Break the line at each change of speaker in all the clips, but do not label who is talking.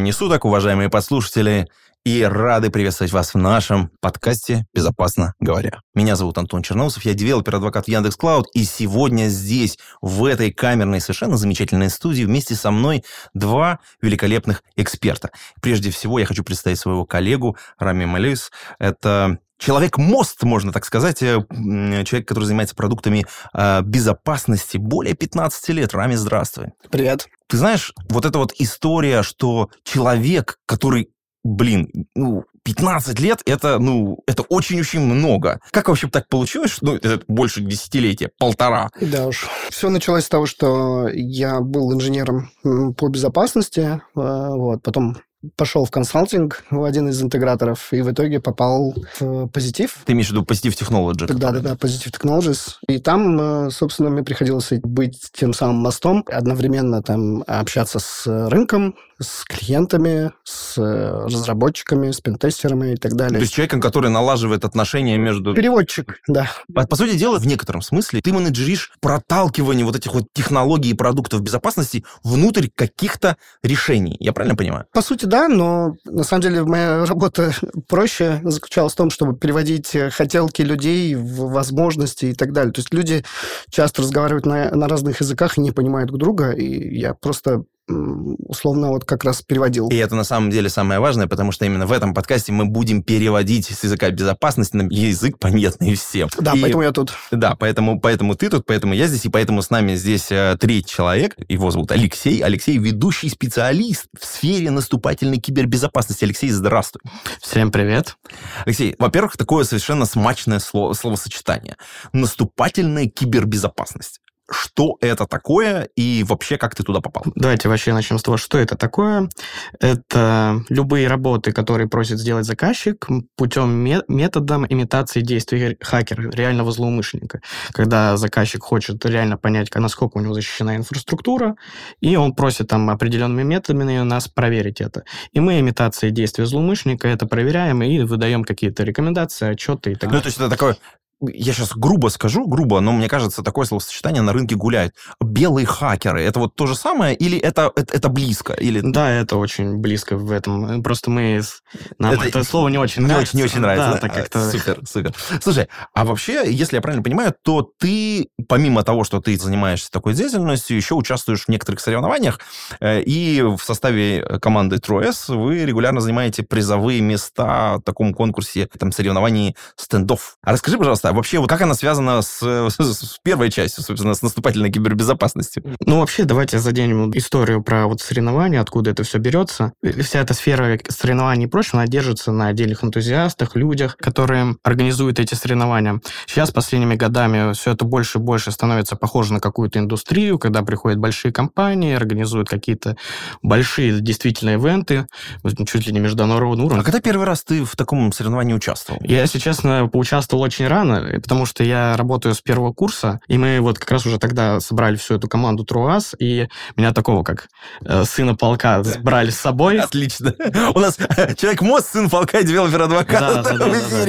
времени суток, уважаемые подслушатели, и рады приветствовать вас в нашем подкасте «Безопасно говоря». Меня зовут Антон Черноусов, я девелопер-адвокат в Яндекс.Клауд, и сегодня здесь, в этой камерной, совершенно замечательной студии, вместе со мной два великолепных эксперта. Прежде всего, я хочу представить своего коллегу Рами Малюс. Это человек-мост, можно так сказать, человек, который занимается продуктами безопасности более 15 лет. Рами, здравствуй.
Привет.
Ты знаешь, вот эта вот история, что человек, который, 15 лет, это очень-очень много. Как вообще так получилось? Это больше десятилетия, полтора.
Да уж. Все началось с того, что я был инженером по безопасности, потом пошел в консалтинг в один из интеграторов и в итоге попал в Positive.
Ты имеешь в виду Positive Technology?
Да, Positive Technologies. И там, собственно, мне приходилось быть тем самым мостом, одновременно там общаться с рынком, с клиентами, с разработчиками, с пентестерами и так далее.
То есть человеком, который налаживает отношения между...
Переводчик, да.
По сути дела, в некотором смысле ты менеджеришь проталкивание вот этих вот технологий и продуктов безопасности внутрь каких-то решений. Я правильно понимаю?
По сути, да, но на самом деле моя работа проще заключалась в том, чтобы переводить хотелки людей в возможности и так далее. То есть люди часто разговаривают на разных языках и не понимают друг друга, и я просто условно вот как раз переводил.
И это на самом деле самое важное, потому что именно в этом подкасте мы будем переводить с языка безопасности на язык, понятный всем.
Да, поэтому я тут.
Да, поэтому ты тут, поэтому я здесь, и поэтому с нами здесь третий человек, его зовут Алексей. Алексей – ведущий специалист в сфере наступательной кибербезопасности. Алексей, здравствуй.
Всем привет.
Алексей, во-первых, такое совершенно смачное словосочетание. Наступательная кибербезопасность. Что это такое и вообще как ты туда попал?
Давайте вообще начнем с того, что это такое. Это любые работы, которые просит сделать заказчик путем методом имитации действий хакера, реального злоумышленника. Когда заказчик хочет реально понять, насколько у него защищена инфраструктура, и он просит там определенными методами нас проверить это. И мы имитацией действия злоумышленника это проверяем и выдаем какие-то рекомендации, отчеты и так далее.
То есть это такое... Я сейчас грубо скажу, но мне кажется, такое словосочетание на рынке гуляет. Белые хакеры. Это вот то же самое или это близко? Или...
Да, это очень близко в этом. Просто нам это слово не очень нравится.
Не очень нравится.
Да, так как-то...
Супер. Слушай, а вообще, если я правильно понимаю, то ты, помимо того, что ты занимаешься такой деятельностью, еще участвуешь в некоторых соревнованиях, и в составе команды TrueS вы регулярно занимаете призовые места в таком конкурсе, соревновании стендов. А расскажи, пожалуйста, вообще, вот как она связана с первой частью, собственно, с наступательной кибербезопасностью?
Вообще, давайте заденем историю про соревнования, откуда это все берется. Вся эта сфера соревнований и прочего, она держится на отдельных энтузиастах, людях, которые организуют эти соревнования. Сейчас, последними годами, все это больше и больше становится похоже на какую-то индустрию, когда приходят большие компании, организуют какие-то большие, действительно, ивенты, чуть ли не международного уровня.
А когда первый раз ты в таком соревновании участвовал?
Я, если честно, поучаствовал очень рано, потому что я работаю с первого курса, и мы вот как раз уже тогда собрали всю эту команду TrueS, и меня такого, как сына полка, брали с собой.
Отлично. У нас человек-мост, сын полка и девелопер-адвокат в эфире.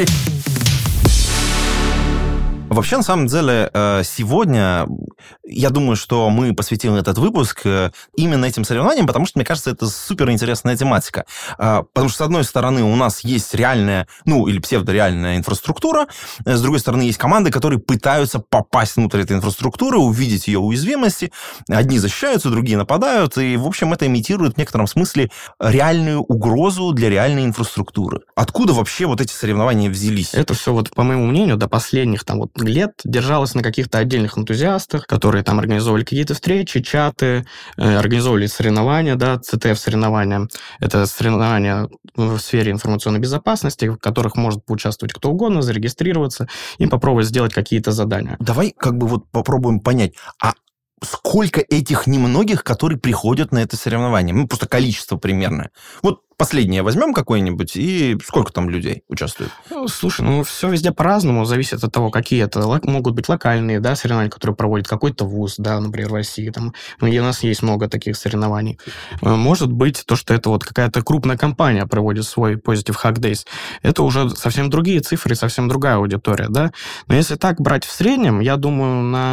Вообще, на самом деле, сегодня я думаю, что мы посвятим этот выпуск именно этим соревнованиям, потому что, мне кажется, это суперинтересная тематика. Потому что, с одной стороны, у нас есть реальная, или псевдореальная инфраструктура, с другой стороны, есть команды, которые пытаются попасть внутрь этой инфраструктуры, увидеть ее уязвимости. Одни защищаются, другие нападают, и, в общем, это имитирует в некотором смысле реальную угрозу для реальной инфраструктуры. Откуда вообще вот эти соревнования взялись?
Это все, по моему мнению, до последних лет держалось на каких-то отдельных энтузиастах, которые там организовывали какие-то встречи, чаты, организовывали соревнования, CTF-соревнования. Это соревнования в сфере информационной безопасности, в которых может поучаствовать кто угодно, зарегистрироваться и попробовать сделать какие-то задания.
Давай попробуем понять, сколько этих немногих, которые приходят на это соревнование? Просто количество примерное. Вот последнее возьмем какое-нибудь, и сколько там людей участвует?
Слушай, все везде по-разному, зависит от того, какие это могут быть локальные, соревнования, которые проводит какой-то вуз, например, в России, где у нас есть много таких соревнований. Может быть, то, что это какая-то крупная компания проводит свой Positive Hack Days, это уже совсем другие цифры, совсем другая аудитория, Но если так брать в среднем, я думаю,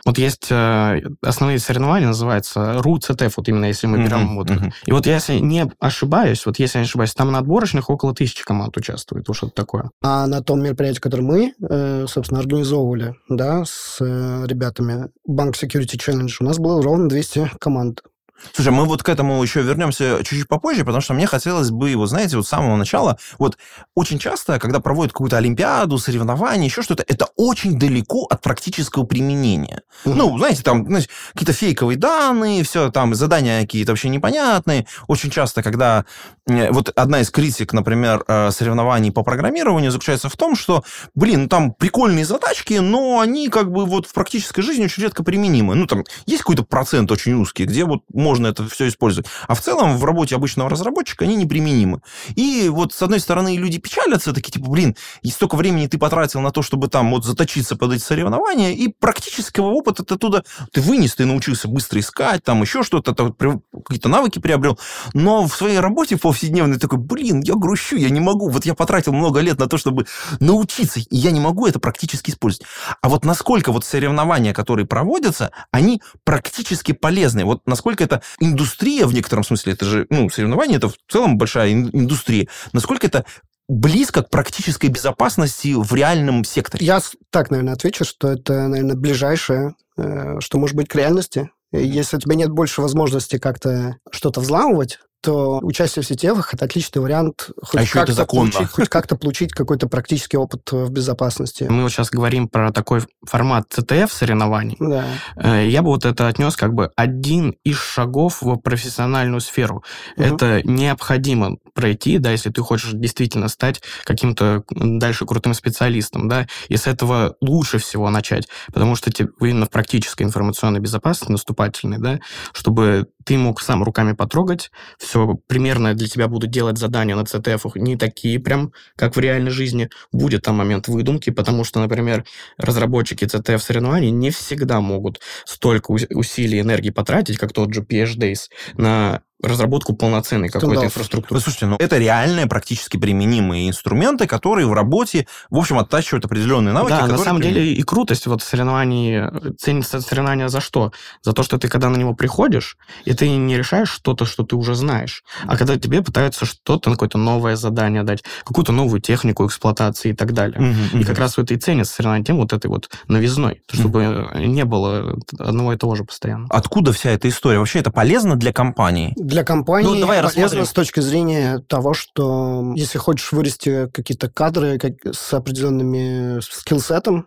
Вот есть основные соревнования, называются RU CTF, вот именно если мы берем вот их. И вот если не ошибаюсь, там на отборочных около 1000 команд участвует, вот что-то такое.
А на том мероприятии, которое мы, собственно, организовывали, да, с ребятами, Bank Security Challenge, у нас было ровно 200 команд.
Слушай, мы вот к этому еще вернемся чуть-чуть попозже, потому что мне хотелось бы, вот знаете, вот с самого начала, вот очень часто, когда проводят какую-то олимпиаду, соревнования, еще что-то, это очень далеко от практического применения. Ну, знаете, там, какие-то фейковые данные, все, там, задания какие-то вообще непонятные. Очень часто, когда... Вот одна из критик, например, соревнований по программированию заключается в том, что, там прикольные задачки, но они как бы вот в практической жизни очень редко применимы. Ну, там есть какой-то процент очень узкий, где вот можно это все использовать. А в целом в работе обычного разработчика они неприменимы. И вот с одной стороны люди печалятся, такие типа, и столько времени ты потратил на то, чтобы там вот заточиться под эти соревнования, и практического опыта ты оттуда ты вынес, ты научился быстро искать, там еще что-то, какие-то навыки приобрел. Но в своей работе повседневной такой, я грущу, я не могу. Вот я потратил много лет на то, чтобы научиться, и я не могу это практически использовать. А вот насколько вот соревнования, которые проводятся, они практически полезны. Вот насколько это индустрия в некотором смысле, это же, соревнования, это в целом большая индустрия. Насколько это близко к практической безопасности в реальном секторе?
Я так, наверное, отвечу, что это, наверное, ближайшее, что может быть к реальности. Если у тебя нет больше возможности как-то что-то взламывать, то участие в CTF – это отличный вариант хоть как-то получить какой-то практический опыт в безопасности.
Мы вот сейчас говорим про такой формат CTF соревнований.
Да.
Я бы вот это отнес как бы один из шагов в профессиональную сферу. Это необходимо пройти, да, если ты хочешь действительно стать каким-то дальше крутым специалистом, да, и с этого лучше всего начать, потому что именно в практической информационной безопасности наступательной, да, чтобы ты мог сам руками потрогать, все примерно для тебя будут делать задания на CTF не такие прям, как в реальной жизни. Будет там момент выдумки, потому что, например, разработчики CTF соревнований не всегда могут столько усилий и энергии потратить, как тот же PhDays, на разработку полноценной какой-то инфраструктуры.
Слушайте, это реальные практически применимые инструменты, которые в работе, в общем, оттачивают определенные навыки.
Да, на самом деле и крутость вот соревнований, ценится соревнования за что? За то, что ты когда на него приходишь, и ты не решаешь что-то, что ты уже знаешь, а когда тебе пытаются что-то, какое-то новое задание дать, какую-то новую технику эксплуатации и так далее. И как раз это и ценится соревнование тем вот этой вот новизной, чтобы не было одного и того же постоянно.
Откуда вся эта история? Вообще это полезно для компании?
Для компании полезно с точки зрения того, что если хочешь вырасти какие-то кадры с определенными скиллсетом,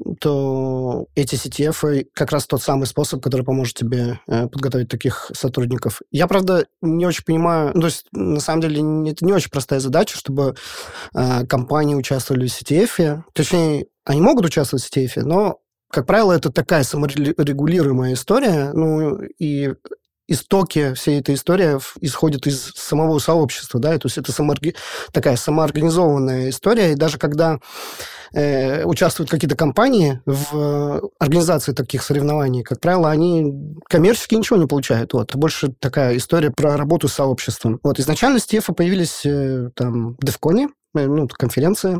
то эти CTF как раз тот самый способ, который поможет тебе подготовить таких сотрудников. Я, правда, не очень понимаю... то есть, на самом деле, это не очень простая задача, чтобы компании участвовали в CTF. Точнее, они могут участвовать в CTF, но, как правило, это такая саморегулируемая история, и истоки всей этой истории исходят из самого сообщества, да, то есть это такая самоорганизованная история, и даже когда участвуют какие-то компании в организации таких соревнований, как правило, они коммерчески ничего не получают. Это больше такая история про работу с сообществом. Изначально CTF появились там в DevCon, конференция.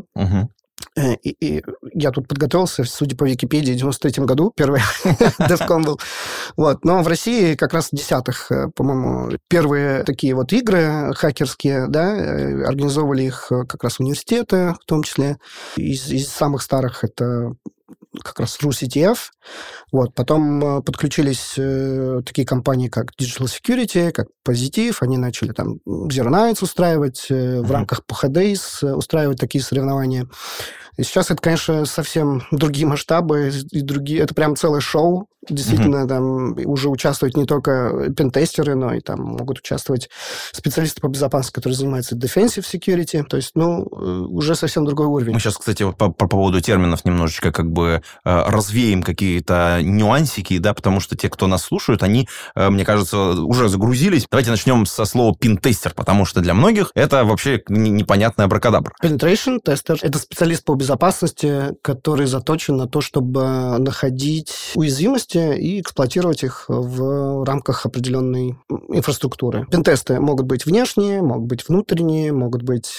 И я тут подготовился, судя по Википедии, в 93-м году первый DevCon был. Но в России как раз в 10-х, по-моему, первые такие игры хакерские, да, организовывали их как раз университеты, в том числе. Из самых старых это как раз RuCTF. Потом подключились такие компании, как Digital Security, как Positive. Они начали там Zero Nights устраивать, в рамках PHDays устраивать такие соревнования. И сейчас это, конечно, совсем другие масштабы, и другие... Это прям целое шоу. Действительно, там уже участвуют не только пентестеры, но и там могут участвовать специалисты по безопасности, которые занимаются defensive security. То есть, уже совсем другой уровень.
Мы сейчас, кстати, по поводу терминов немножечко развеем какие-то нюансики, да, потому что те, кто нас слушают, они, мне кажется, уже загрузились. Давайте начнем со слова пентестер, потому что для многих это вообще непонятная абракадабра.
Penetration tester – это специалист по безопасности, который заточен на то, чтобы находить уязвимости возможности и эксплуатировать их в рамках определенной инфраструктуры. Пентесты могут быть внешние, могут быть внутренние, могут быть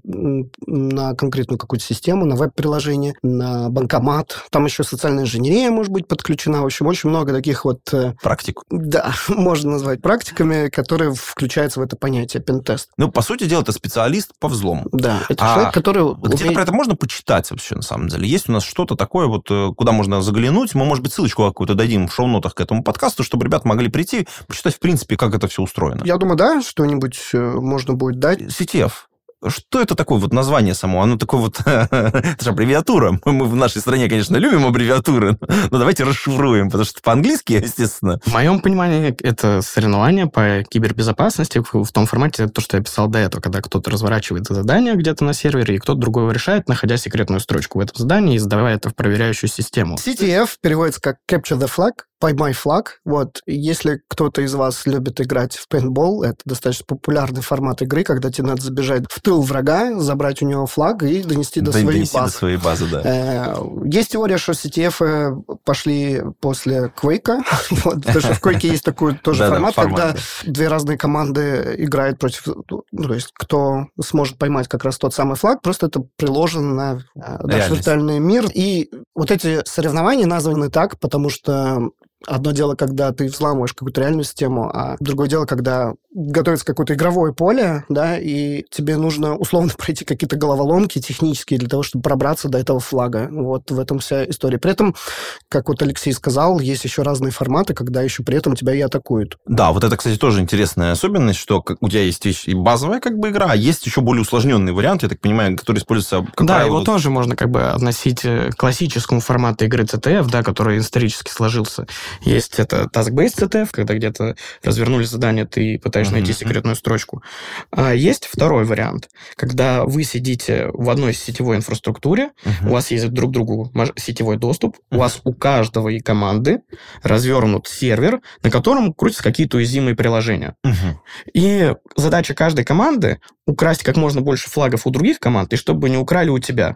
на конкретную какую-то систему, на веб-приложение, на банкомат. Там еще социальная инженерия может быть подключена. В общем, очень много таких вот...
Практик.
Да, можно назвать практиками, которые включаются в это понятие пентест.
Ну, по сути дела, это специалист по взлому.
Да, это человек, который...
Где-то про это можно почитать вообще, на самом деле? Есть у нас что-то такое, вот, куда можно заглянуть? Мы, может быть, ссылочку какую-то дадим в шоу-нотах к этому подкасту, чтобы ребята могли прийти, почитать, в принципе, как это все устроено.
Я думаю, да, что-нибудь можно будет дать.
CTF. Что это такое вот название само? Оно такое вот... это же аббревиатура. Мы в нашей стране, конечно, любим аббревиатуры, но давайте расшифруем, потому что по-английски, естественно.
В моем понимании, это соревнование по кибербезопасности в том формате, то, что я писал до этого, когда кто-то разворачивает задание где-то на сервере, и кто-то другой его решает, находя секретную строчку в этом задании и задавая это в проверяющую систему.
CTF переводится как Capture the Flag, Поймай флаг. Вот. Если кто-то из вас любит играть в пейнтбол, это достаточно популярный формат игры, когда тебе надо забежать в тыл врага, забрать у него флаг и донести до своей базы.
До своей базы, да.
Есть теория, что CTF пошли после Quake, потому что в Quake есть такой тоже формат, когда две разные команды играют против... То есть кто сможет поймать как раз тот самый флаг, просто это приложено на наш виртуальный мир. И вот эти соревнования названы так, потому что одно дело, когда ты взламываешь какую-то реальную систему, а другое дело, когда готовится какое-то игровое поле, да, и тебе нужно условно пройти какие-то головоломки технические для того, чтобы пробраться до этого флага. Вот в этом вся история. При этом, как вот Алексей сказал, есть еще разные форматы, когда еще при этом тебя и атакуют.
Да, вот это, кстати, тоже интересная особенность, что у тебя есть и базовая как бы игра, а есть еще более усложненный вариант, я так понимаю, который используется, как
да,
правило...
его тоже можно как бы относить к классическому формату игры CTF, да, который исторически сложился. Есть это task-based CTF, когда где-то развернули задание, ты пытаешься найти секретную строчку. А есть второй вариант, когда вы сидите в одной сетевой инфраструктуре, у вас есть друг к другу сетевой доступ, у вас у каждого и команды развернут сервер, на котором крутятся какие-то уязвимые приложения. И задача каждой команды украсть как можно больше флагов у других команд, и чтобы не украли у тебя.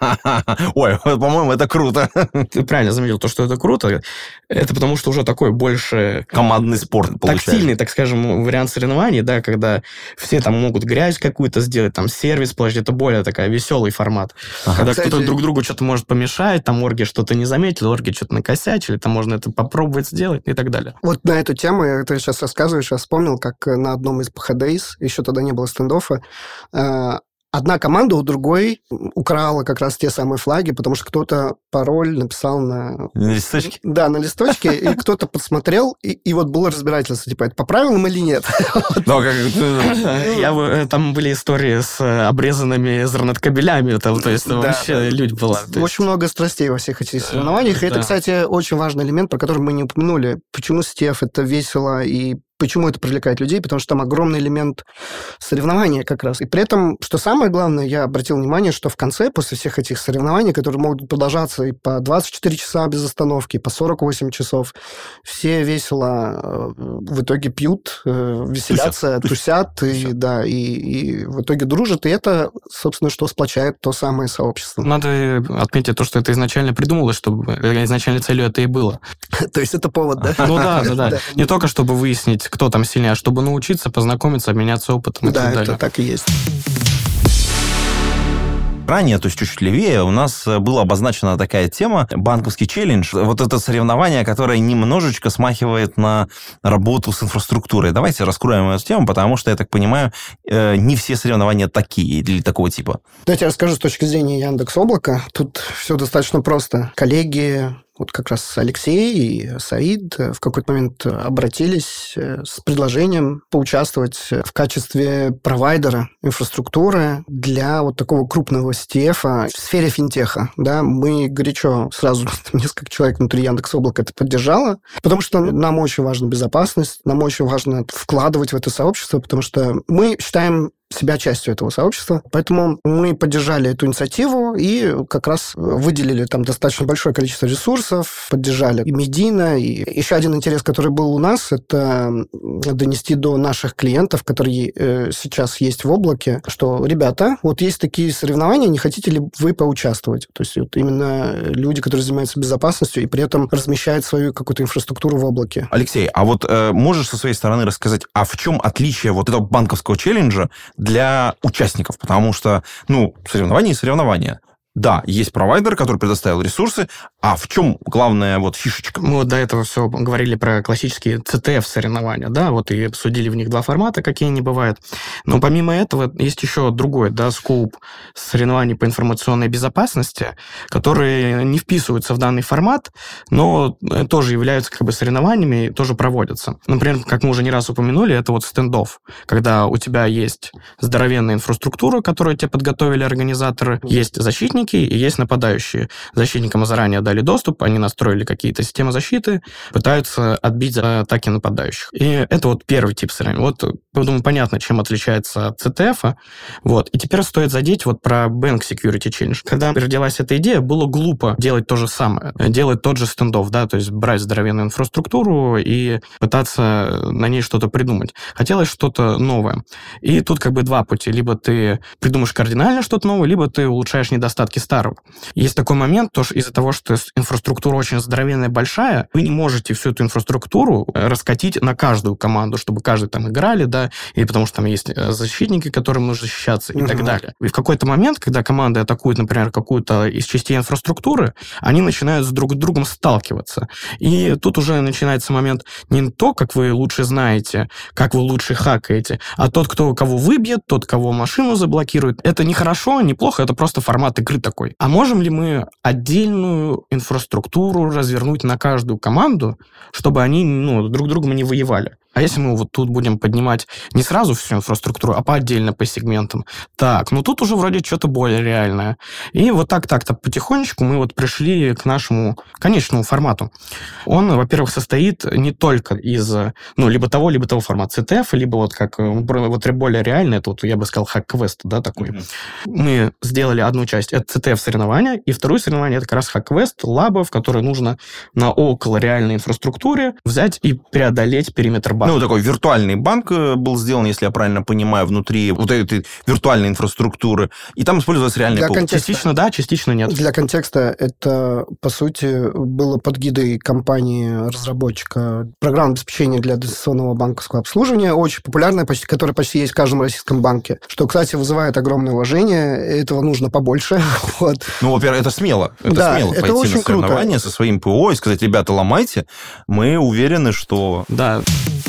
Ой, по-моему, это круто.
Ты правильно заметил, то, что это круто. Это потому, что уже такой больше...
командный спорт получается.
Тактильный, так скажем, вариант соревнований, да, когда все там могут грязь какую-то сделать, там сервис положить. Это более такой веселый формат. Когда кто-то друг другу что-то может помешать, там орги что-то не заметил, орги что-то накосячили, там можно это попробовать сделать и так далее.
Вот на эту тему, ты сейчас рассказываешь, я вспомнил, как на одном из PHDays, еще тогда не было стендоффа, одна команда у другой украла как раз те самые флаги, потому что кто-то пароль написал на...
На листочке?
Да, на листочке, и кто-то подсмотрел, и вот было разбирательство, типа, это по правилам или нет?
Там были истории с обрезанными Ethernet-кабелями, то есть вообще людь была.
Очень много страстей во всех этих соревнованиях, и это, кстати, очень важный элемент, про который мы не упомянули. Почему CTF это весело и почему это привлекает людей? Потому что там огромный элемент соревнования как раз. И при этом, что самое главное, я обратил внимание, что в конце, после всех этих соревнований, которые могут продолжаться и по 24 часа без остановки, и по 48 часов, все весело в итоге пьют, веселятся, тусят, и в итоге дружат. И это, собственно, что сплочает то самое сообщество.
Надо отметить то, что это изначально придумалось, чтобы изначальной целью это и было.
То есть это повод, да?
Ну да. Не только чтобы выяснить, кто там сильнее, а чтобы научиться, познакомиться, обменяться опытом и так далее.
Да, это так и есть.
Ранее, то есть чуть-чуть левее, у нас была обозначена такая тема, банковский челлендж, вот это соревнование, которое немножечко смахивает на работу с инфраструктурой. Давайте раскроем эту тему, потому что, я так понимаю, не все соревнования такие или такого типа.
Давайте я расскажу с точки зрения Яндекс.Облака. Тут все достаточно просто. Коллеги, вот как раз Алексей и Саид в какой-то момент обратились с предложением поучаствовать в качестве провайдера инфраструктуры для вот такого крупного CTF в сфере финтеха. Да, мы горячо сразу несколько человек внутри Яндекс.Облака это поддержало, потому что нам очень важна безопасность, нам очень важно вкладывать в это сообщество, потому что мы считаем себя частью этого сообщества. Поэтому мы поддержали эту инициативу и как раз выделили там достаточно большое количество ресурсов, поддержали и медийно. И еще один интерес, который был у нас, это донести до наших клиентов, которые сейчас есть в облаке, что, ребята, вот есть такие соревнования, не хотите ли вы поучаствовать? То есть вот именно люди, которые занимаются безопасностью и при этом размещают свою какую-то инфраструктуру в облаке.
Алексей, а вот можешь со своей стороны рассказать, а в чем отличие вот этого банковского челленджа для участников? Потому что, соревнования и соревнования. Да, есть провайдер, который предоставил ресурсы, а в чем главная вот фишечка?
Мы вот до этого все говорили про классические CTF-соревнования, да, вот и обсудили в них два формата, какие они бывают. Но помимо этого есть еще другой, да, скоуп соревнований по информационной безопасности, которые не вписываются в данный формат, но тоже являются как бы соревнованиями и тоже проводятся. Например, как мы уже не раз упомянули, это вот стендов, когда у тебя есть здоровенная инфраструктура, которую тебе подготовили организаторы, есть защитники, и есть нападающие. Защитникам заранее дали доступ, они настроили какие-то системы защиты, пытаются отбить атаки нападающих. И это вот первый тип соревнований. Вот, я думаю, понятно, чем отличается от CTF. Вот. И теперь стоит задеть вот про Bank Security Challenge. Когда родилась эта идея, было глупо делать то же самое, делать тот же стендов, да, то есть брать здоровенную инфраструктуру и пытаться на ней что-то придумать. Хотелось что-то новое. И тут как бы два пути. Либо ты придумаешь кардинально что-то новое, либо ты улучшаешь недостатки старого. Есть такой момент, тоже из-за того, что инфраструктура очень здоровенная, большая, вы не можете всю эту инфраструктуру раскатить на каждую команду, чтобы каждый там играли, да, или потому что там есть защитники, которым нужно защищаться и так далее. И в какой-то момент, когда команды атакуют, например, какую-то из частей инфраструктуры, они начинают друг с другом сталкиваться. И тут уже начинается момент не то, как вы лучше знаете, как вы лучше хакаете, а тот, кого выбьет, тот, кого машину заблокирует. Это не хорошо, не плохо, это просто формат игры такой. А можем ли мы отдельную инфраструктуру развернуть на каждую команду, чтобы они друг другом не воевали? А если мы вот тут будем поднимать не сразу всю инфраструктуру, а отдельно по сегментам? Так, тут уже вроде что-то более реальное. И вот так-то потихонечку мы вот пришли к нашему конечному формату. Он, во-первых, состоит не только из, либо того формата CTF, либо вот как вот более реальный, это вот, я бы сказал, хак-квест, да, такой. Мы сделали одну часть, это CTF-соревнования, и второе соревнование, это как раз хак-квест, лабов, которые нужно на около реальной инфраструктуре взять и преодолеть периметр банка.
Такой виртуальный банк был сделан, если я правильно понимаю, внутри вот этой виртуальной инфраструктуры, и там использовался реальный пул.
Частично да, частично нет.
Для контекста, это, по сути, было под гидой компании-разработчика программа обеспечения для дистанционного банковского обслуживания, очень популярная, которая почти есть в каждом российском банке, что, кстати, вызывает огромное уважение, этого нужно побольше. Вот.
Во-первых, это смело. Это смело
это
пойти
очень
на соревнования
круто.
Со своим ПО и сказать, ребята, ломайте. Мы уверены, что...
Да.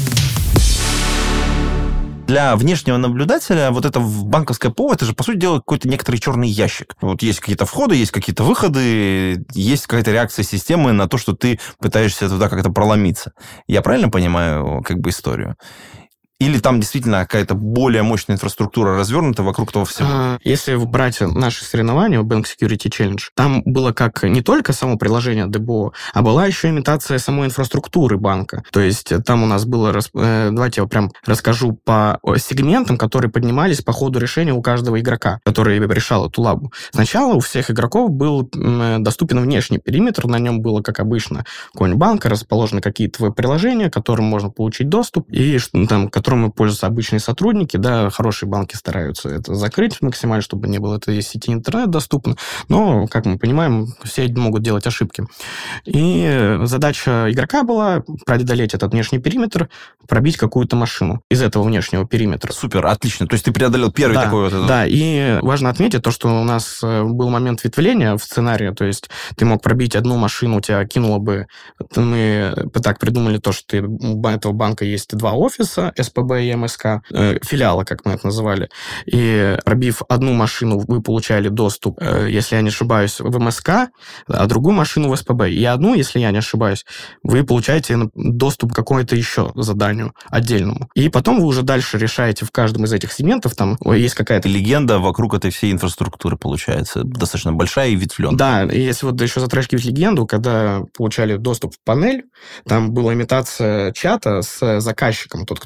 Для внешнего наблюдателя вот это банковское ПО, это же, по сути дела, какой-то некоторый черный ящик. Вот есть какие-то входы, есть какие-то выходы, есть какая-то реакция системы на то, что ты пытаешься туда как-то проломиться. Я правильно понимаю историю? Или там действительно какая-то более мощная инфраструктура развернута вокруг того всего?
Если брать наши соревнования, Bank Security Challenge, там было как не только само приложение ДБО, а была еще имитация самой инфраструктуры банка. То есть там у нас было... Давайте я прям расскажу по сегментам, которые поднимались по ходу решения у каждого игрока, который решал эту лабу. Сначала у всех игроков был доступен внешний периметр, на нем было, как обычно, какой-нибудь банк, расположены какие-то приложения, к которым можно получить доступ, и там, которым пользуются обычные сотрудники, да, хорошие банки стараются это закрыть максимально, чтобы не было этой сети интернет доступно, но, как мы понимаем, все могут делать ошибки. И задача игрока была преодолеть этот внешний периметр, пробить какую-то машину из этого внешнего периметра.
Супер, отлично. То есть ты преодолел первый такой вот...
Да, и важно отметить то, что у нас был момент ветвления в сценарии, то есть ты мог пробить одну машину, у тебя кинуло бы... Мы так придумали то, что у этого банка есть два офиса, СПБ и МСК, филиала, как мы это называли. И пробив одну машину, вы получали доступ, если я не ошибаюсь, в МСК, а другую машину в СПБ. И одну, если я не ошибаюсь, вы получаете доступ к какому-то еще заданию отдельному. И потом вы уже дальше решаете в каждом из этих сегментов, там есть какая-то...
Легенда вокруг этой всей инфраструктуры, получается, достаточно большая и ветвленная.
Да, и если вот еще затрагивать легенду, когда получали доступ в панель, там была имитация чата с заказчиком, тот, кто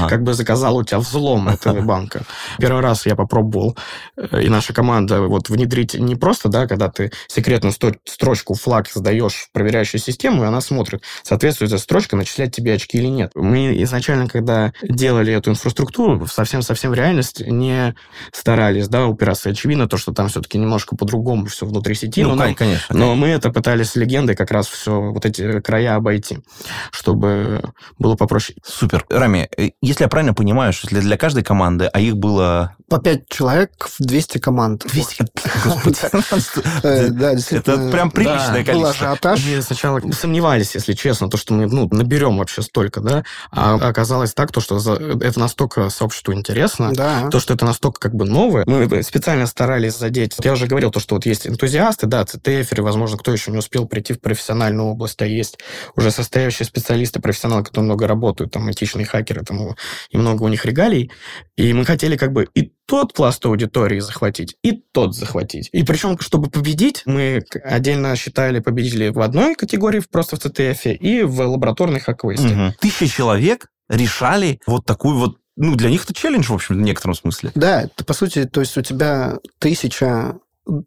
как бы заказал у тебя взлом этого банка. Первый раз я попробовал, и наша команда вот внедрить не просто, да, когда ты секретную строчку флаг сдаешь в проверяющую систему, и она смотрит, соответствует эта строчка, начисляет тебе очки или нет. Мы изначально, когда делали эту инфраструктуру, совсем в реальность не старались, да, упираться. Очевидно, то, что там все-таки немножко по-другому все внутри сети.
Конечно.
Но мы это пытались с легендой как раз все, вот эти края обойти, чтобы было попроще.
Супер. Рами, если я правильно понимаю, что для каждой команды, а их было...
По 5 человек в 200 команд.
200? Господи.
Да, действительно.
Это прям приличное
Был
количество.
ажиотаж.
Мы сначала сомневались, если честно, то, что мы наберем вообще столько, да, а оказалось так, то, что это настолько сообществу интересно,
Да.
то, что это настолько как бы новое. Мы специально старались задеть. Я уже говорил, то, что вот есть энтузиасты, да, ЦТФеры, возможно, кто еще не успел прийти в профессиональную область, а есть уже состоявшие специалисты, профессионалы, которые много работают, там, этичные хакеры, там, и много у них регалий. И мы хотели как бы и тот пласт аудитории захватить, и тот захватить. И причем, чтобы победить, мы отдельно считали победителей в одной категории, просто в ЦТФе, и в лабораторной хак-квесте.
1000 человек решали вот такую вот... для них это челлендж, в общем, в некотором смысле.
Да, это, по сути, то есть у тебя 1000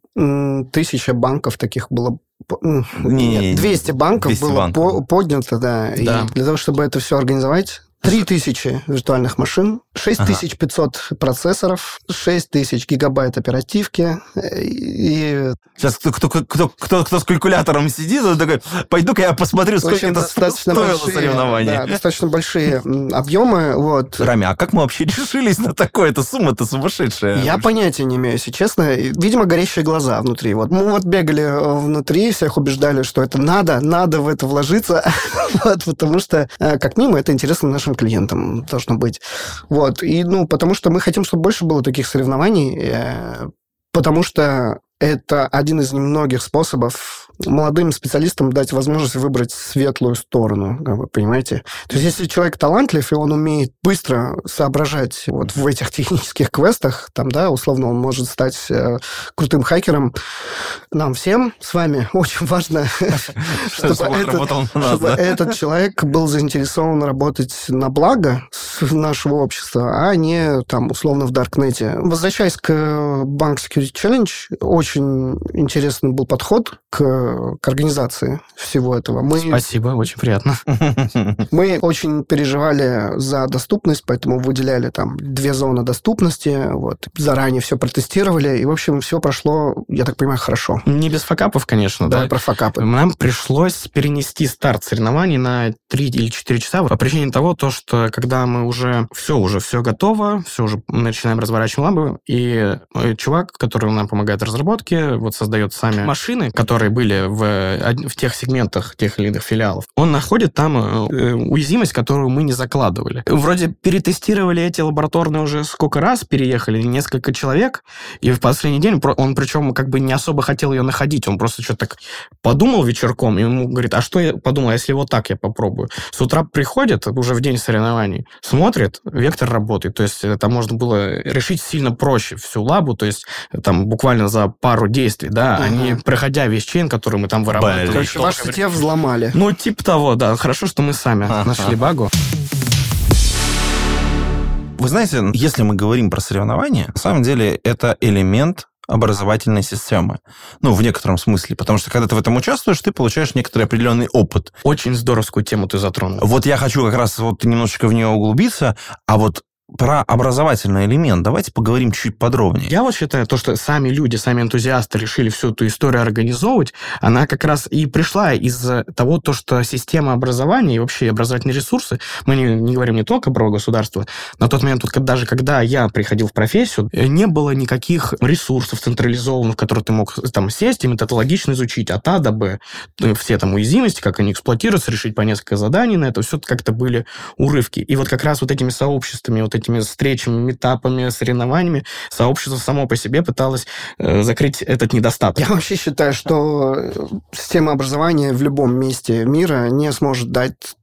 банков таких было... Нет, 200 банков
200
было
банков.
поднято, да. И для того, чтобы это все организовать, 3000 виртуальных машин, 6500 процессоров, 6000 гигабайт оперативки. И...
Сейчас кто с калькулятором сидит, он такой, пойду-ка я посмотрю, сколько это стоило соревнование.
Да, достаточно большие объемы. Вот.
Рами, а как мы вообще решились на такое? Эта сумма-то сумасшедшая.
Я понятия не имею, если честно. Видимо, горящие глаза внутри. Вот. Мы вот бегали внутри, всех убеждали, что это надо в это вложиться, потому что, как минимум, это интересно нашим клиентам должно быть. Вот. И, потому что мы хотим, чтобы больше было таких соревнований, потому что это один из немногих способов молодым специалистам дать возможность выбрать светлую сторону, вы понимаете? То есть, если человек талантлив, и он умеет быстро соображать вот в этих технических квестах, там, да, условно, он может стать крутым хакером. Нам всем с вами очень важно, чтобы этот человек был заинтересован работать на благо нашего общества, а не, там, условно, в Даркнете. Возвращаясь к Bank Security Challenge, очень интересный был подход к организации всего этого.
Спасибо, очень приятно.
Мы очень переживали за доступность, поэтому выделяли там 2 зоны доступности, вот, заранее все протестировали, и, в общем, все прошло, я так понимаю, хорошо.
Не без факапов, конечно, да.
Да, про факапы.
Нам пришлось перенести старт соревнований на 3 или 4 часа по причине того, что когда мы уже все готово, все уже начинаем разворачивать лабы, и чувак, который нам помогает в разработке, вот создает сами машины, которые были в тех сегментах тех или иных филиалов, он находит там уязвимость, которую мы не закладывали. Вроде перетестировали эти лабораторные уже сколько раз, переехали несколько человек, и в последний день он причем как бы не особо хотел ее находить, он просто что-то так подумал вечерком, и ему говорит, а что я подумал, если вот так я попробую? С утра приходит, уже в день соревнований, смотрит, вектор работает, то есть это можно было решить сильно проще всю лабу, то есть там буквально за пару действий, да, а не проходя весь чейн, который мы там вырабатывали.
Короче, ваш сетев взломали.
Типа того, да. Хорошо, что мы сами нашли багу.
Вы знаете, если мы говорим про соревнования, на самом деле это элемент образовательной системы. В некотором смысле. Потому что, когда ты в этом участвуешь, ты получаешь некоторый определенный опыт.
Очень здоровскую тему ты затронул.
Вот я хочу как раз немножечко в нее углубиться, а вот про образовательный элемент давайте поговорим чуть подробнее.
Я вот считаю, то, что сами люди, сами энтузиасты решили всю эту историю организовывать, она как раз и пришла из того, что система образования и вообще образовательные ресурсы, мы не говорим не только про государство, на тот момент, даже когда я приходил в профессию, не было никаких ресурсов централизованных, в которые ты мог там сесть и методологично изучить от А до Б. Все там уязвимости, как они эксплуатируются, решить по несколько заданий на это, все как-то были урывки. И вот как раз вот этими сообществами, этими встречами, митапами, соревнованиями сообщество само по себе пыталось закрыть этот недостаток.
Я вообще считаю, что система образования в любом месте мира не сможет дать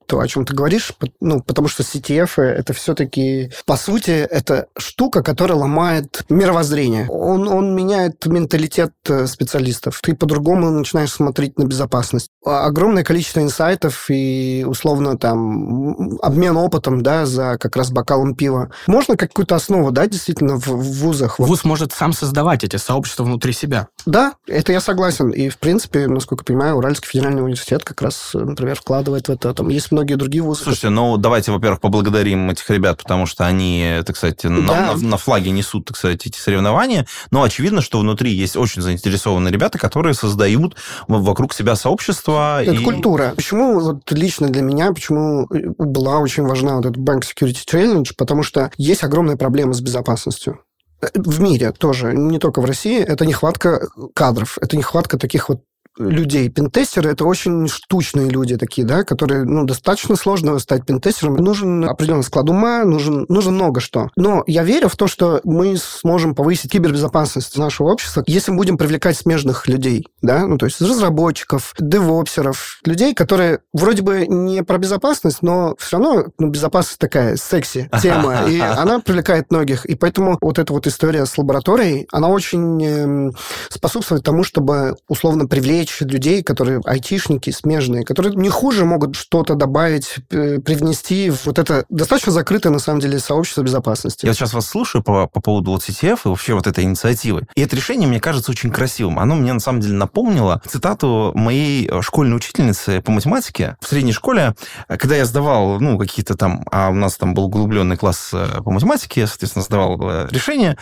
то, о чем ты говоришь, потому что CTF это все-таки, по сути, это штука, которая ломает мировоззрение. Он меняет менталитет специалистов. Ты по-другому начинаешь смотреть на безопасность. Огромное количество инсайтов и, условно, там, обмен опытом, да, за как раз бокалом пива. Можно какую-то основу, да, действительно, в вузах?
Вуз может сам создавать эти сообщества внутри себя.
Да, это я согласен. И, в принципе, насколько я понимаю, Уральский федеральный университет как раз, например, вкладывает в это. Там есть многие другие вузы.
Слушайте, ну, давайте, во-первых, поблагодарим этих ребят, потому что они, так сказать, на флаге несут, так сказать, эти соревнования. Но очевидно, что внутри есть очень заинтересованные ребята, которые создают вокруг себя сообщество.
Это культура. Почему вот лично для меня, почему была очень важна вот эта Bank Security Challenge? Потому что есть огромная проблема с безопасностью. В мире тоже, не только в России, это нехватка кадров, это нехватка таких вот людей. Пентестеры — это очень штучные люди такие, да, которые, достаточно сложно стать пентестером. Нужен определенный склад ума, нужен много что. Но я верю в то, что мы сможем повысить кибербезопасность нашего общества, если мы будем привлекать смежных людей, да, то есть разработчиков, девопсеров, людей, которые вроде бы не про безопасность, но все равно безопасность такая секси тема, и она привлекает многих. И поэтому вот эта вот история с лабораторией, она очень способствует тому, чтобы условно привлечь людей, которые айтишники, смежные, которые не хуже могут что-то добавить, привнести в вот это достаточно закрытое, на самом деле, сообщество безопасности.
Я сейчас вас слушаю по поводу вот CTF и вообще вот этой инициативы. И это решение, мне кажется, очень красивым. Оно мне, на самом деле, напомнило цитату моей школьной учительницы по математике в средней школе, когда я сдавал, какие-то там, а у нас там был углубленный класс по математике, я, соответственно, сдавал решение.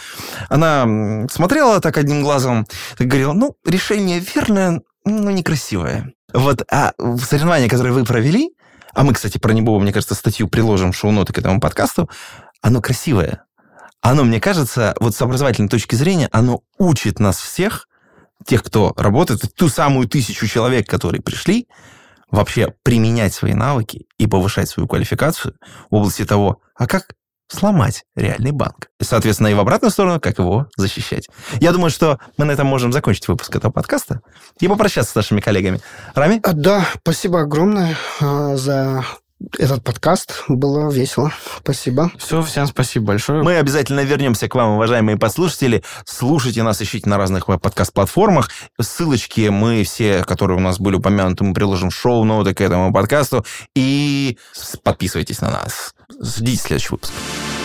Она смотрела так одним глазом и говорила, решение верное, некрасивое. Вот, а в соревновании, которое вы провели, а мы, кстати, про него, мне кажется, статью приложим в шоу-ноты к этому подкасту, оно красивое. Оно, мне кажется, вот с образовательной точки зрения, оно учит нас всех, тех, кто работает, ту самую 1000 человек, которые пришли, вообще применять свои навыки и повышать свою квалификацию в области того, а как сломать реальный банк. И, соответственно, и в обратную сторону, как его защищать. Я думаю, что мы на этом можем закончить выпуск этого подкаста и попрощаться с нашими коллегами. Рами?
Да, спасибо огромное за этот подкаст. Было весело. Спасибо.
Все, всем спасибо большое.
Мы обязательно вернемся к вам, уважаемые послушатели. Слушайте нас, ищите на разных подкаст-платформах. Ссылочки мы все, которые у нас были упомянуты, мы приложим в шоу-ноты к этому подкасту. И подписывайтесь на нас. Ждите следующий выпуск.